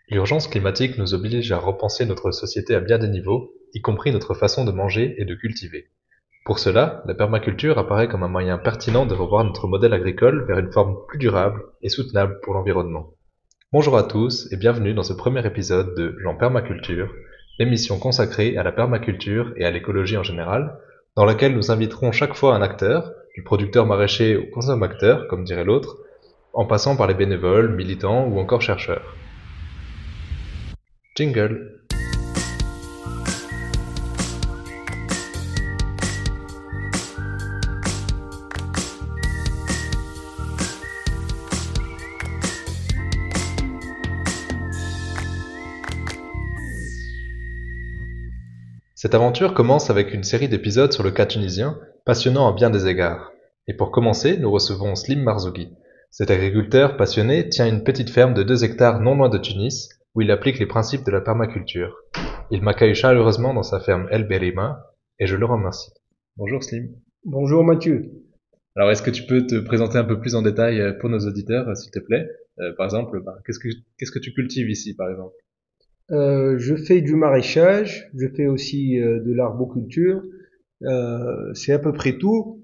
L'urgence climatique nous oblige à repenser notre société à bien des niveaux, y compris notre façon de manger et de cultiver. Pour cela, la permaculture apparaît comme un moyen pertinent de revoir notre modèle agricole vers une forme plus durable et soutenable pour l'environnement. Bonjour à tous et bienvenue dans ce premier épisode de Jean Permaculture, l'émission consacrée à la permaculture et à l'écologie en général, dans laquelle nous inviterons chaque fois un acteur, du producteur maraîcher au consommateur, comme dirait l'autre, en passant par les bénévoles, militants ou encore chercheurs. Jingle. Cette aventure commence avec une série d'épisodes sur le cas tunisien, passionnant à bien des égards. Et pour commencer, nous recevons Slim Marzougi. Cet agriculteur passionné tient une petite ferme de 2 hectares non loin de Tunis, où il applique les principes de la permaculture. Il m'accueille chaleureusement dans sa ferme El Berima, et je le remercie. Bonjour Slim. Bonjour Mathieu. Alors est-ce que tu peux te présenter un peu plus en détail pour nos auditeurs, s'il te plaît? Par exemple, qu'est-ce que tu cultives ici, par exemple? Je fais du maraîchage, je fais aussi de l'arboriculture. C'est à peu près tout.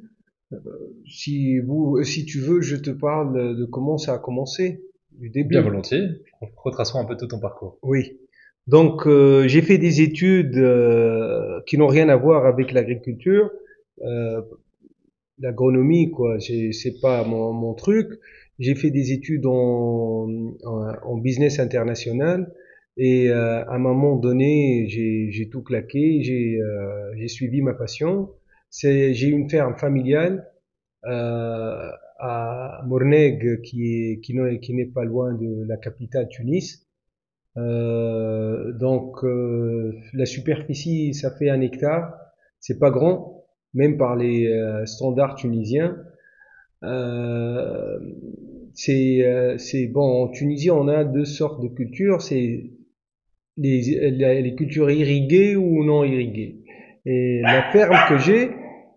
Si tu veux, je te parle de comment ça a commencé, du Bien début. volontiers. Retraçons un peu tout ton parcours. Oui. Donc j'ai fait des études qui n'ont rien à voir avec l'agriculture, euh, l'agronomie quoi. C'est pas mon truc. J'ai fait des études en business international. Et à un moment donné, j'ai tout claqué, j'ai suivi ma passion. J'ai une ferme familiale à Morneg, qui n'est pas loin de la capitale Tunis. La superficie, ça fait 1 hectare. C'est pas grand, même par les standards tunisiens. Euh, c'est bon. En Tunisie, on a 2 sortes de cultures. C'est les cultures irriguées ou non irriguées. Et la ferme que j'ai,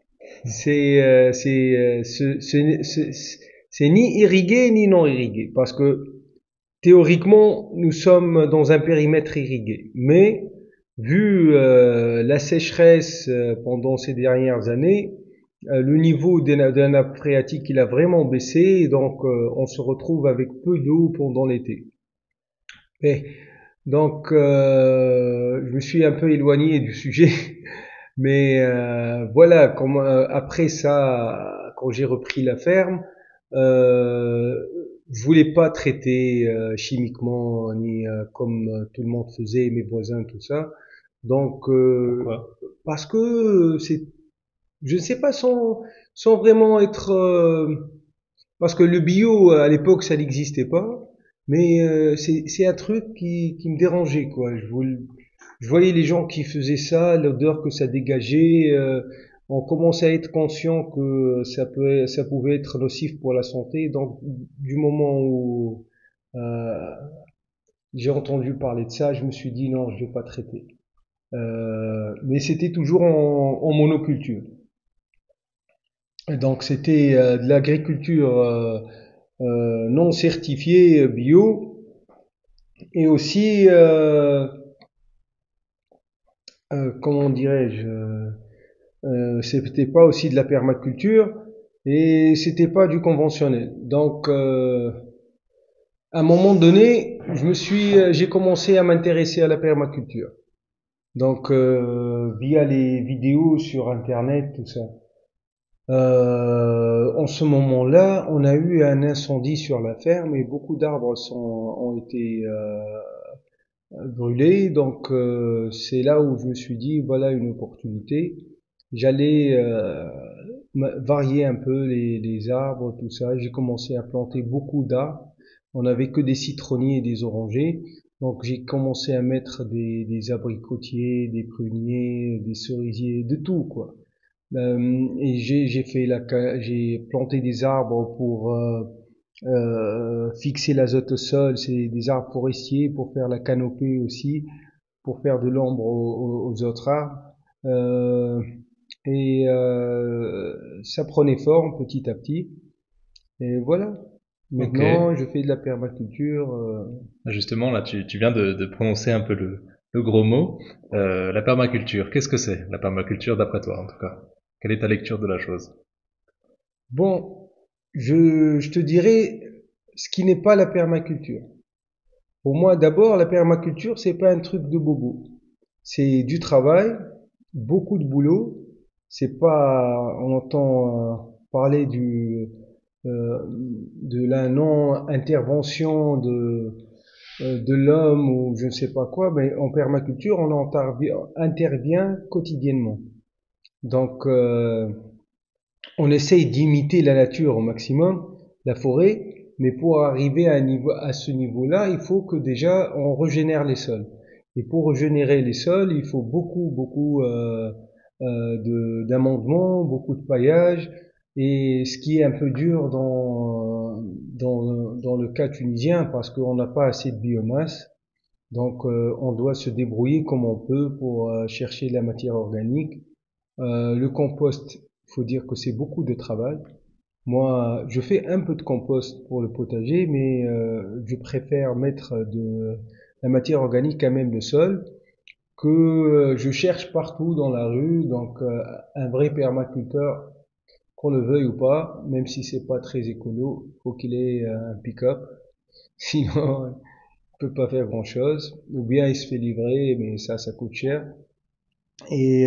c'est ni irrigué ni non irrigué, parce que théoriquement, nous sommes dans un périmètre irrigué. Mais vu la sécheresse pendant ces dernières années, le niveau de la nappe phréatique il a vraiment baissé, et donc on se retrouve avec peu d'eau pendant l'été. Et donc, je me suis un peu éloigné du sujet, mais voilà, après ça, quand j'ai repris la ferme, euh, je voulais pas traiter chimiquement ni comme tout le monde faisait, mes voisins, tout ça. Donc, Pourquoi? parce que je ne sais pas, sans vraiment être, parce que le bio à l'époque ça n'existait pas, mais c'est un truc qui me dérangeait quoi. Je voyais les gens qui faisaient ça, l'odeur que ça dégageait. On commençait à être conscient que ça pouvait être nocif pour la santé. Donc du moment où euh, j'ai entendu parler de ça, je me suis dit non, je vais pas traiter. Mais c'était toujours en monoculture. Et donc c'était de l'agriculture non certifiée bio, et aussi comment dirais-je, c'était pas aussi de la permaculture, et c'était pas du conventionnel. Donc à un moment donné, j'ai commencé à m'intéresser à la permaculture. Donc via les vidéos sur internet, tout ça. En ce moment-là, on a eu un incendie sur la ferme et beaucoup d'arbres ont été brûlés. Donc c'est là où je me suis dit, voilà une opportunité. J'allais varier un peu les arbres, tout ça. J'ai commencé à planter beaucoup d'arbres. On n'avait que des citronniers et des orangers. Donc j'ai commencé à mettre des abricotiers, des pruniers, des cerisiers, de tout quoi. Et j'ai planté des arbres pour fixer l'azote au sol. C'est des arbres forestiers pour faire la canopée aussi, pour faire de l'ombre aux autres arbres. Euh, et ça prenait forme petit à petit. Et voilà. Ok. Maintenant, je fais de la permaculture. Justement, là, tu viens de prononcer un peu le gros mot. La permaculture, qu'est-ce que c'est, la permaculture d'après toi, en tout cas? Quelle est ta lecture de la chose? Bon, je te dirais ce qui n'est pas la permaculture. Pour moi, d'abord, la permaculture, c'est pas un truc de bobo. C'est du travail, beaucoup de boulot. C'est pas, on entend parler de la non-intervention de l'homme ou je ne sais pas quoi, mais en permaculture, intervient quotidiennement. Donc, on essaye d'imiter la nature au maximum, la forêt, mais pour arriver à ce niveau-là, il faut que déjà on régénère les sols. Et pour régénérer les sols, il faut beaucoup d'amendements, beaucoup de paillage. Et ce qui est un peu dur dans le cas tunisien, parce qu'on n'a pas assez de biomasse, donc on doit se débrouiller comme on peut pour chercher la matière organique. Le compost, il faut dire que c'est beaucoup de travail. Moi, je fais un peu de compost pour le potager, mais je préfère mettre de la matière organique à même le sol que je cherche partout dans la rue. Donc, un vrai permaculteur, qu'on le veuille ou pas, même si c'est pas très écolo, faut qu'il ait un pick-up. Sinon, il peut pas faire grand-chose. Ou bien il se fait livrer, mais ça coûte cher. Et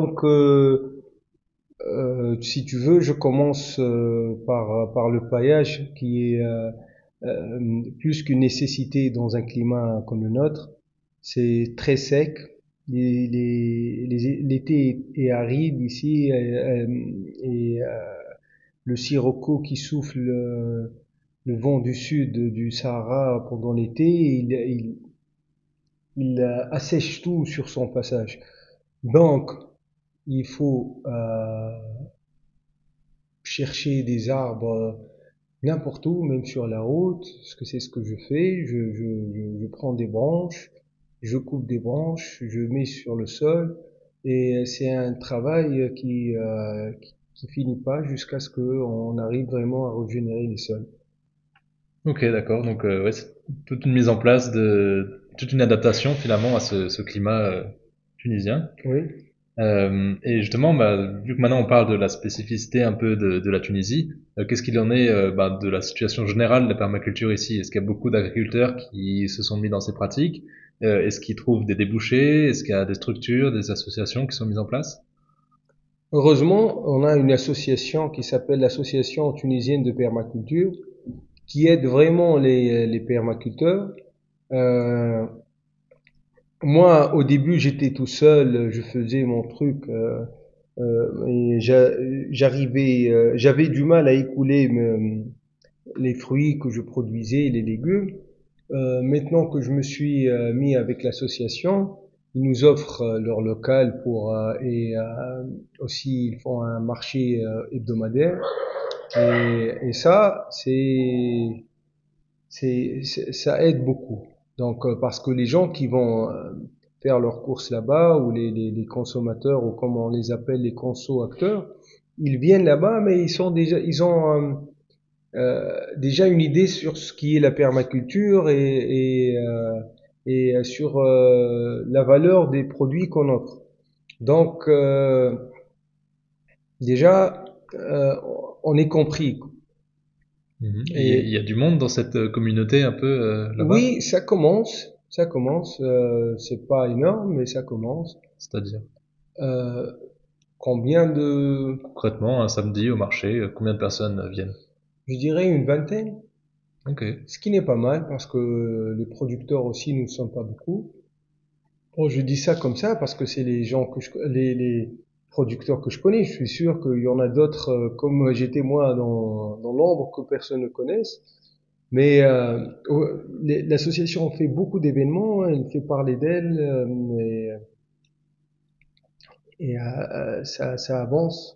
si tu veux, je commence par le paillage qui est plus qu'une nécessité dans un climat comme le nôtre. C'est très sec. L'été est aride ici et le sirocco qui souffle le vent du sud du Sahara pendant l'été, il assèche tout sur son passage. Donc, il faut chercher des arbres n'importe où, même sur la route, parce que c'est ce que je fais. Je prends des branches, je coupe des branches, je mets sur le sol, et c'est un travail qui finit pas jusqu'à ce qu'on arrive vraiment à régénérer les sols. Ok, d'accord. Donc, ouais, c'est toute une mise en place toute une adaptation finalement à ce climat tunisien. Oui. Et justement, bah, vu que maintenant on parle de la spécificité un peu de la Tunisie, qu'est-ce qu'il en est bah, de la situation générale de la permaculture ici? Est-ce qu'il y a beaucoup d'agriculteurs qui se sont mis dans ces pratiques? Est-ce qu'ils trouvent des débouchés? Est-ce qu'il y a des structures, des associations qui sont mises en place? Heureusement, on a une association qui s'appelle l'Association tunisienne de permaculture, qui aide vraiment les permaculteurs. Euh, Moi, au début, j'étais tout seul, je faisais mon truc, et j'avais du mal à écouler les fruits que je produisais, les légumes. Maintenant que je me suis mis avec l'association, ils nous offrent leur local aussi ils font un marché hebdomadaire. Et ça, ça aide beaucoup. Donc, parce que les gens qui vont faire leurs courses là-bas, ou les consommateurs, ou comme on les appelle, les conso-acteurs, ils viennent là-bas, mais ils ont déjà une idée sur ce qui est la permaculture et sur la valeur des produits qu'on offre. Donc, déjà, on est compris. Mhm. Et il y Et a du monde dans cette communauté un peu là-bas? oui, ça commence. C'est pas énorme, mais ça commence. C'est-à-dire, Euh, Combien de, concrètement, un samedi au marché, combien de personnes viennent? je dirais une vingtaine, Ok. ce qui n'est pas mal parce que les producteurs aussi, nous ne sommes pas beaucoup. Bon, je dis ça comme ça parce que c'est les gens les producteurs que je connais. Je suis sûr qu'il y en a d'autres, comme j'étais moi dans l'ombre, que personne ne connaisse. Mais l'association fait beaucoup d'événements, elle fait parler d'elle, ça avance.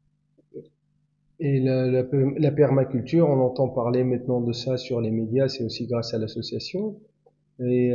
Et la permaculture, on entend parler maintenant de ça sur les médias, c'est aussi grâce à l'association. Et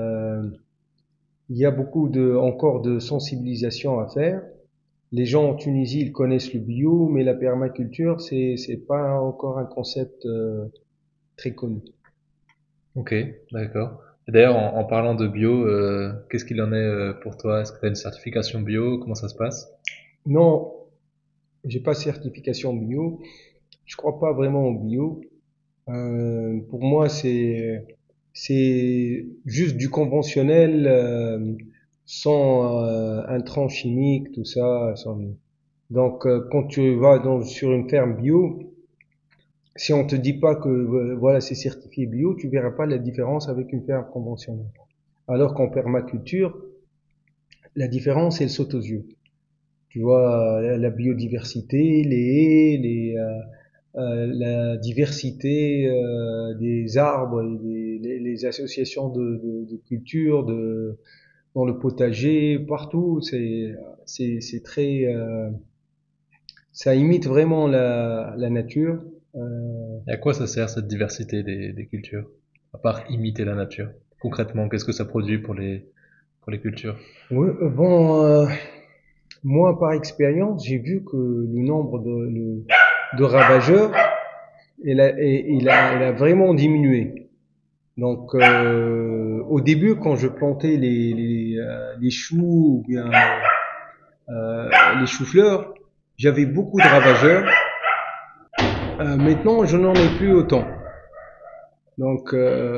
il y a encore de sensibilisation à faire. Les gens en Tunisie, ils connaissent le bio, mais la permaculture, c'est pas encore un concept très connu. Ok, d'accord. Et d'ailleurs, en parlant de bio, qu'est-ce qu'il en est pour toi? Est-ce que tu as une certification bio? Comment ça se passe? Non, j'ai pas certification bio. Je crois pas vraiment au bio. Pour moi, c'est juste du conventionnel, sans intrants chimiques, tout ça. Donc, quand tu vas sur une ferme bio, si on te dit pas que voilà c'est certifié bio, tu verras pas la différence avec une ferme conventionnelle. Alors qu'en permaculture, la différence elle saute aux yeux. Tu vois la biodiversité, les haies, la diversité des arbres, et les associations de cultures, dans le potager, partout, c'est très, ça imite vraiment la nature. Euh, Et à quoi ça sert cette diversité des cultures? À part imiter la nature. Concrètement, qu'est-ce que ça produit pour les cultures? ouais, bon, moi par expérience, j'ai vu que le nombre de ravageurs, il a vraiment diminué. Donc, au début, quand je plantais les choux ou bien les choux-fleurs, j'avais beaucoup de ravageurs. Maintenant, je n'en ai plus autant. Donc,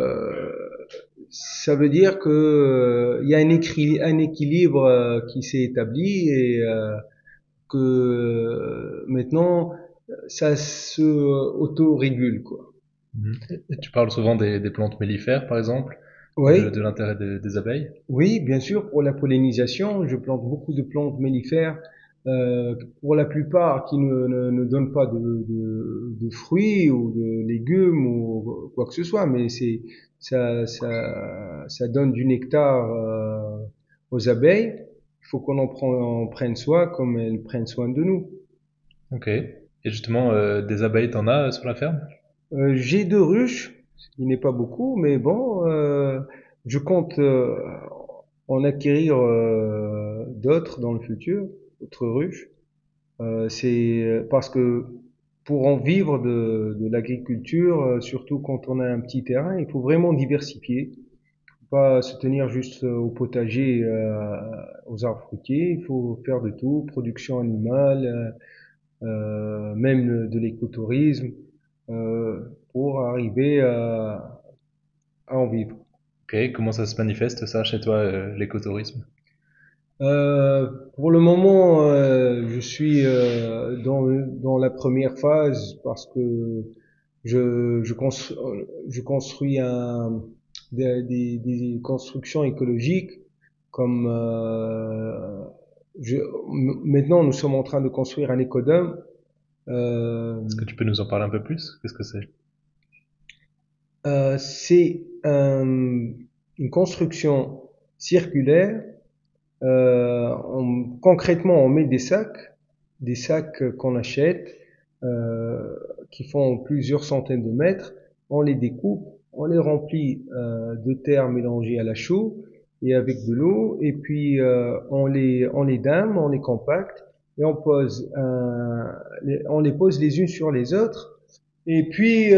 ça veut dire que il y a un équilibre qui s'est établi et que maintenant, ça se auto-régule, quoi. Mhm. Et tu parles souvent des plantes mellifères, par exemple, et Oui, de l'intérêt des abeilles. oui, bien sûr, pour la pollinisation, je plante beaucoup de plantes mellifères, pour la plupart qui ne donnent pas de fruits ou de légumes ou quoi que ce soit, mais ça donne du nectar aux abeilles. Il faut qu'on en prenne soin comme elles prennent soin de nous. Ok. Et justement, des abeilles, t'en as sur la ferme? J'ai deux ruches, ce qui n'est pas beaucoup, mais bon, je compte en acquérir d'autres dans le futur, d'autres ruches. C'est parce que pour en vivre de l'agriculture, surtout quand on a un petit terrain, il faut vraiment diversifier. Pas se tenir juste au potager, aux arbres fruitiers. Il faut faire de tout, production animale, même de l'écotourisme, pour arriver à en vivre. Ok. Comment ça se manifeste, ça, chez toi, l'écotourisme? Pour le moment, je suis dans la première phase parce que je construis des constructions écologiques comme maintenant nous sommes en train de construire un écodome. Euh, Est-ce que tu peux nous en parler un peu plus? Qu'est-ce que c'est? c'est une construction circulaire. Concrètement, on met des sacs qu'on achète, euh, qui font plusieurs centaines de mètres. On les découpe, on les remplit de terre mélangée à la chaux et avec de l'eau, et puis on les dame, on les compacte et on les pose les unes sur les autres. Et puis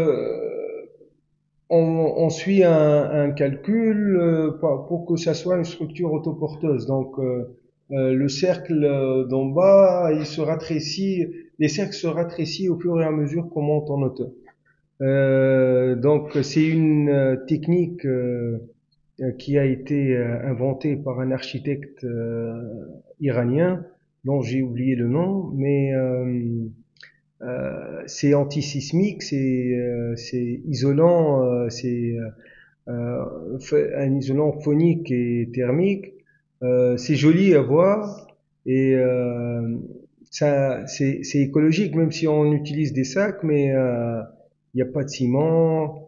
on suit un calcul pour que ça soit une structure autoporteuse. Donc le cercle d'en bas, il se rétrécit, les cercles se rétrécissent au fur et à mesure qu'on monte en hauteur. Donc c'est une technique qui a été inventée par un architecte iranien dont j'ai oublié le nom, mais c'est antisismique, c'est isolant, un isolant phonique et thermique. C'est joli à voir et c'est écologique, même si on utilise des sacs, mais il n'y a pas de ciment,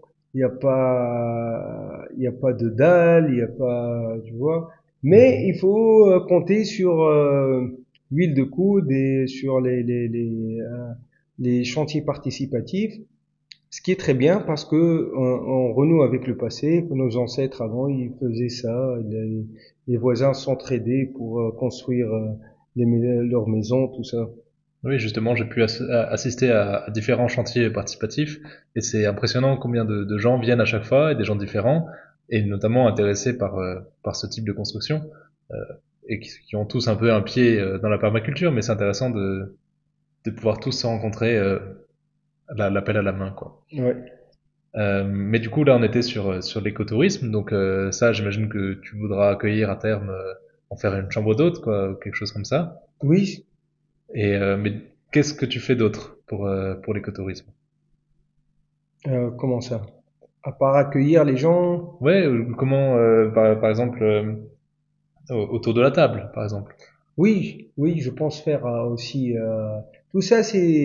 il y a pas de dalle, il n'y a pas, tu vois. Mais Mhm. il faut compter sur l'huile de coude et sur les chantiers participatifs, ce qui est très bien parce que on renoue avec le passé. Nos ancêtres avant, ils faisaient ça. Les voisins s'entraidaient pour construire leurs maisons, tout ça. Oui, justement, j'ai pu assister à différents chantiers participatifs et c'est impressionnant combien de gens viennent à chaque fois et des gens différents et notamment intéressés par ce type de construction euh, et qui ont tous un peu un pied dans la permaculture, mais c'est intéressant de pouvoir tous se rencontrer l'appel à la main, quoi. Ouais. Mais du coup, là, on était sur l'écotourisme, donc ça, j'imagine que tu voudras accueillir à terme, en faire une chambre d'hôte, quoi, ou quelque chose comme ça. Oui, Et mais qu'est-ce que tu fais d'autre pour l'écotourisme? comment ça? À part accueillir les gens. Ouais, comment, par exemple, autour de la table, par exemple. Oui, oui, je pense faire aussi. Tout ça,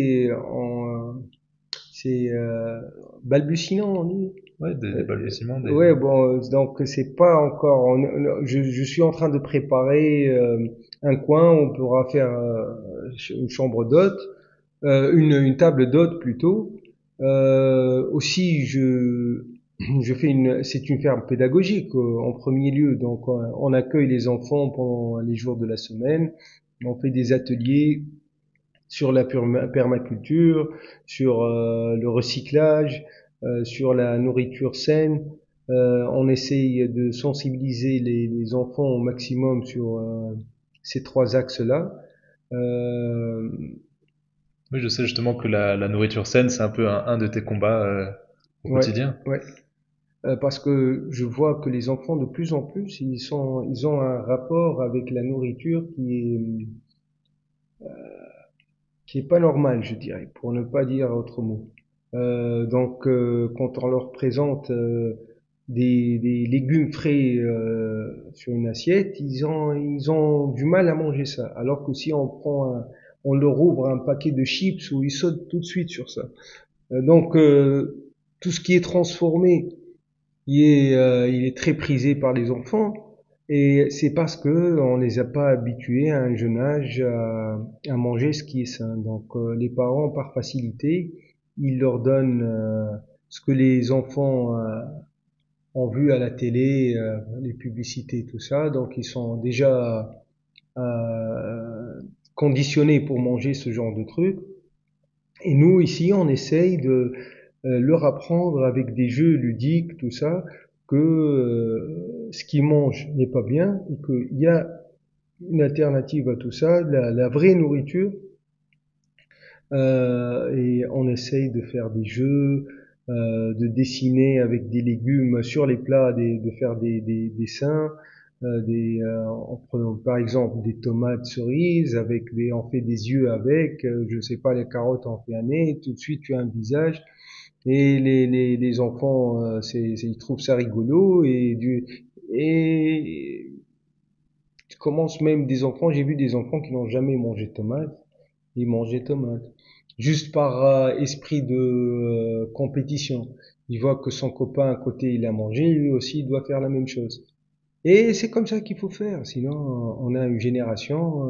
c'est balbutiant, on dit. Ouais, des balbutiements, des. Ouais, bon, donc c'est pas encore. Je suis en train de préparer un coin où on pourra faire une chambre d'hôte, une table d'hôte plutôt. Aussi, je fais c'est une ferme pédagogique en premier lieu. Donc, on accueille les enfants pendant les jours de la semaine. On fait des ateliers sur la permaculture, sur le recyclage, sur la nourriture saine. On essaye de sensibiliser les enfants au maximum sur ces trois axes-là. Euh, Oui, je sais justement que la nourriture saine, c'est un peu un de tes combats au ouais, quotidien. ouais. Parce que je vois que les enfants de plus en plus, ils ont un rapport avec la nourriture qui est pas normal, je dirais, pour ne pas dire autre mot. Donc, quand on leur présente des légumes frais sur une assiette, ils ont du mal à manger ça. Alors que si on leur ouvre un paquet de chips, où ils sautent tout de suite sur ça. Donc, tout ce qui est transformé, il est très prisé par les enfants. Et c'est parce que on les a pas habitués à un jeune âge à manger ce qui est sain. Donc les parents, par facilité, ils leur donnent ce que les enfants ont vu à la télé, les publicités, tout ça. Donc ils sont déjà euh, conditionnés pour manger ce genre de trucs. Et nous, ici, on essaye de leur apprendre avec des jeux ludiques, tout ça, que ce qu'ils mangent n'est pas bien et qu'il y a une alternative à tout ça, la vraie nourriture. Et on essaye de faire des jeux, de dessiner avec des légumes sur les plats, de faire des dessins. En prenant par exemple des tomates cerises on fait des yeux avec, je sais pas, les carottes on fait un nez, tout de suite tu as un visage. Et les enfants, ils trouvent ça rigolo et tu commences même des enfants, j'ai vu des enfants qui n'ont jamais mangé de tomates, ils mangeaient tomates. Juste par esprit de compétition. Il voit que son copain à côté il a mangé, lui aussi il doit faire la même chose. Et c'est comme ça qu'il faut faire, sinon on a une génération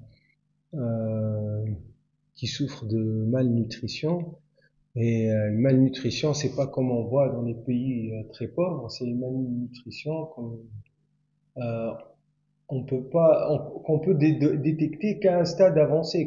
euh, qui souffre de malnutrition. Et une malnutrition, c'est pas comme on voit dans les pays très pauvres, c'est une malnutrition euh, on peut pas, qu'on peut détecter qu'à un stade avancé,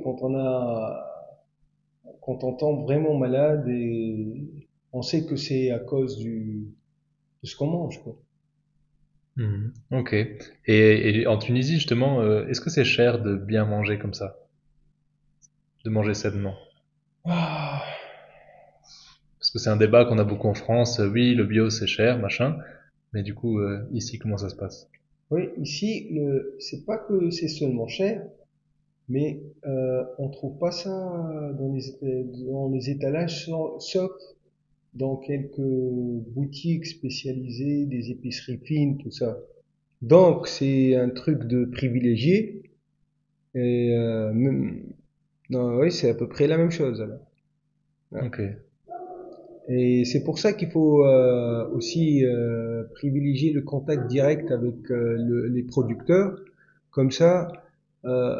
quand on tombe vraiment malade et on sait que c'est à cause de ce qu'on mange, quoi. Mhm. Ok. Et en Tunisie, justement, est-ce que c'est cher de bien manger comme ça, de manger sainement? Ah, Parce que c'est un débat qu'on a beaucoup en France. Oui, le bio c'est cher, machin. Mais du coup, ici, comment ça se passe? oui, ici, c'est pas que c'est seulement cher, mais on trouve pas ça dans les étalages, sauf dans quelques boutiques spécialisées, des épiceries fines, tout ça. Donc, c'est un truc de privilégié. Et non, oui, c'est à peu près la même chose alors. Ouais. Ok. Et c'est pour ça qu'il faut aussi privilégier le contact direct avec les producteurs. Comme ça, euh,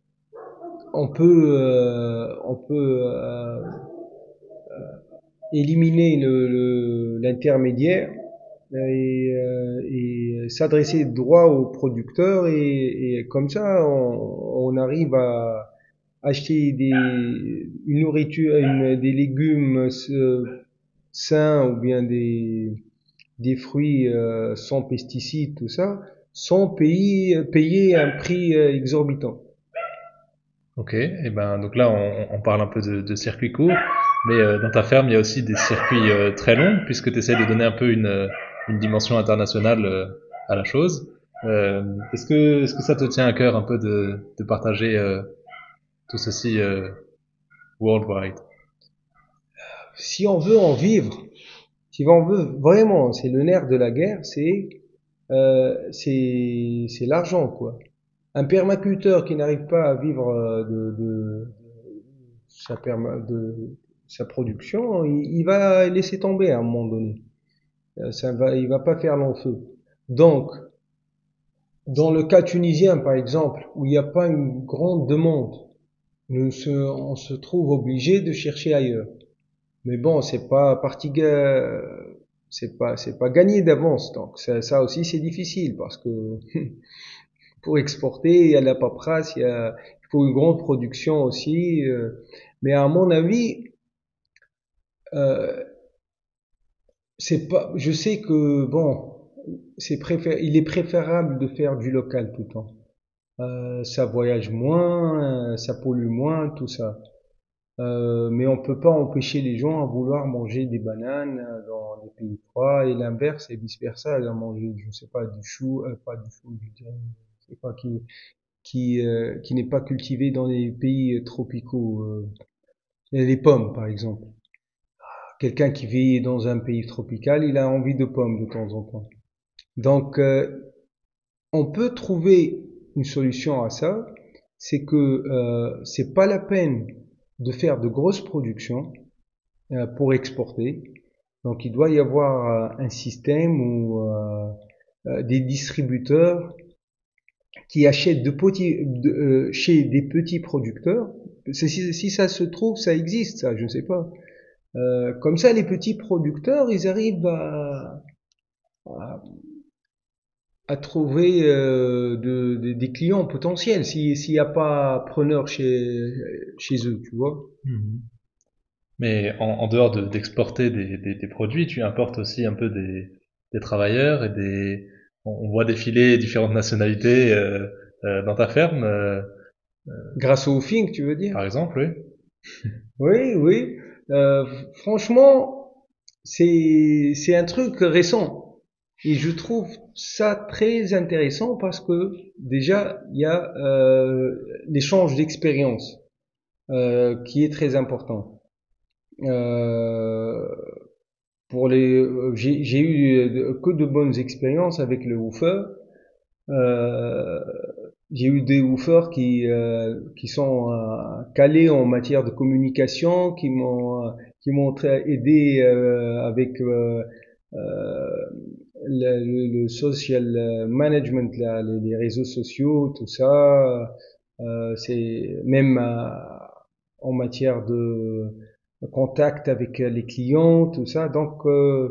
on peut éliminer l'intermédiaire et s'adresser droit aux producteurs et comme ça on arrive acheter une nourriture, des légumes sains ou bien des fruits sans pesticides, tout ça, sans payer un prix exorbitant. Ok, et ben donc là on parle un peu de circuits courts, mais dans ta ferme il y a aussi des circuits très longs puisque tu essaies de donner un peu une dimension internationale à la chose. Est-ce que ça te tient à cœur un peu de partager tout ceci worldwide? Si on veut en vivre, si on veut vraiment, c'est le nerf de la guerre, c'est l'argent quoi. Un permaculteur qui n'arrive pas à vivre de sa production, il va laisser tomber à un moment donné. Il va pas faire long feu. Donc, dans le cas tunisien, par exemple, où il n'y a pas une grande demande, on se trouve obligé de chercher ailleurs. Mais bon, c'est pas gagné d'avance. Donc, ça aussi, c'est difficile parce que pour exporter, il y a la paperasse, il faut une grande production aussi. Mais à mon avis, euh, c'est pas, je sais que bon, il est préférable de faire du local tout le temps. Ça voyage moins, ça pollue moins, tout ça. Mais on peut pas empêcher les gens à vouloir manger des bananes dans les pays froids et l'inverse et vice versa, à manger, je sais pas, du chou, pas du chou, je dirais, je sais pas, qui n'est pas cultivé dans les pays tropicaux. Les pommes, par exemple. Quelqu'un qui vit dans un pays tropical, il a envie de pommes de temps en temps. Donc, on peut trouver une solution à ça, c'est que c'est pas la peine de faire de grosses productions pour exporter. Donc, il doit y avoir un système où des distributeurs qui achètent chez des petits producteurs. Si ça se trouve, ça existe, ça, je ne sais pas. Comme ça, les petits producteurs, ils arrivent à, à trouver des clients potentiels s'il n'y a pas preneur chez eux, tu vois. Mhm. Mais en dehors d'exporter des produits, tu importes aussi un peu des travailleurs et on voit défiler différentes nationalités dans ta ferme, Grâce au Fink, tu veux dire? par exemple, oui. Oui, oui. Euh, Franchement, c'est un truc récent. Et je trouve ça très intéressant parce que déjà, il y a l'échange d'expérience qui est très important. Euh, j'ai eu que de bonnes expériences avec le woofer. Euh, j'ai eu des woofers qui sont calés en matière de communication, qui m'ont aidé avec le social management, là, les réseaux sociaux, tout ça. C'est même en matière de contact avec les clients, tout ça. Donc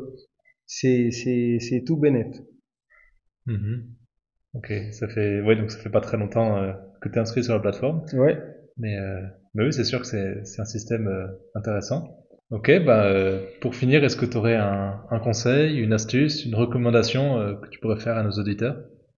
c'est tout bénef. Mhm. Ok, ouais, donc ça fait pas très longtemps que tu es inscrit sur la plateforme, Ouais. mais, euh, mais oui, c'est sûr que c'est un système intéressant. Ok, bah, pour finir, est-ce que tu aurais un conseil, une astuce, une recommandation que tu pourrais faire à nos auditeurs?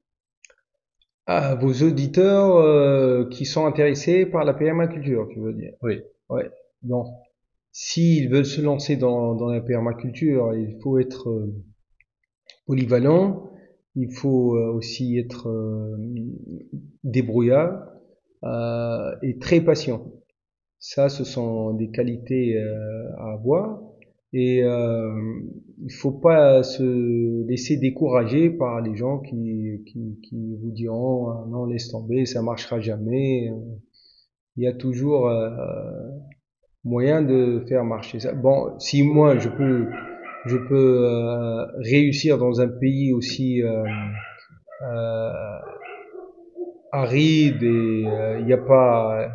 À vos auditeurs qui sont intéressés par la permaculture, tu veux dire. Oui. Ouais. Donc, s'ils veulent se lancer dans la permaculture, il faut être polyvalent, il faut aussi être débrouillard et très patient. Ça, ce sont des qualités à avoir. Et il faut pas se laisser décourager par les gens qui vous diront ah non, laisse tomber, ça marchera jamais. Il y a toujours moyen de faire marcher ça. Bon, si moi je peux réussir dans un pays aussi euh, aride et il n'y a pas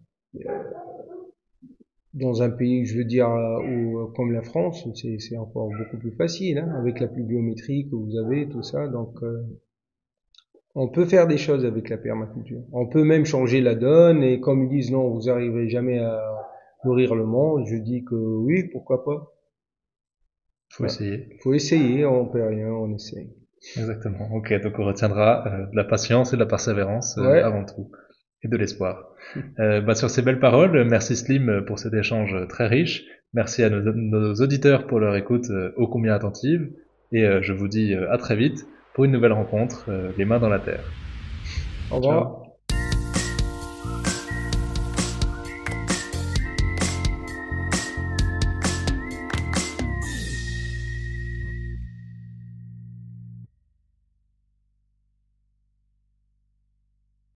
dans un pays, je veux dire, comme la France, c'est encore beaucoup plus facile, hein, avec la pluviométrie que vous avez, tout ça. Donc, On peut faire des choses avec la permaculture. On peut même changer la donne et comme ils disent non, vous arriverez jamais à nourrir le monde, je dis que oui, pourquoi pas. Faut Ouais. essayer. Faut essayer, on perd rien, on essaye. Exactement. Ok, donc on retiendra de la patience et de la persévérance Ouais. avant tout, et de l'espoir. Sur ces belles paroles, merci Slim pour cet échange très riche. Merci à nos auditeurs pour leur écoute ô combien attentive. Et je vous dis à très vite pour une nouvelle rencontre, les mains dans la terre. Au Ciao. revoir.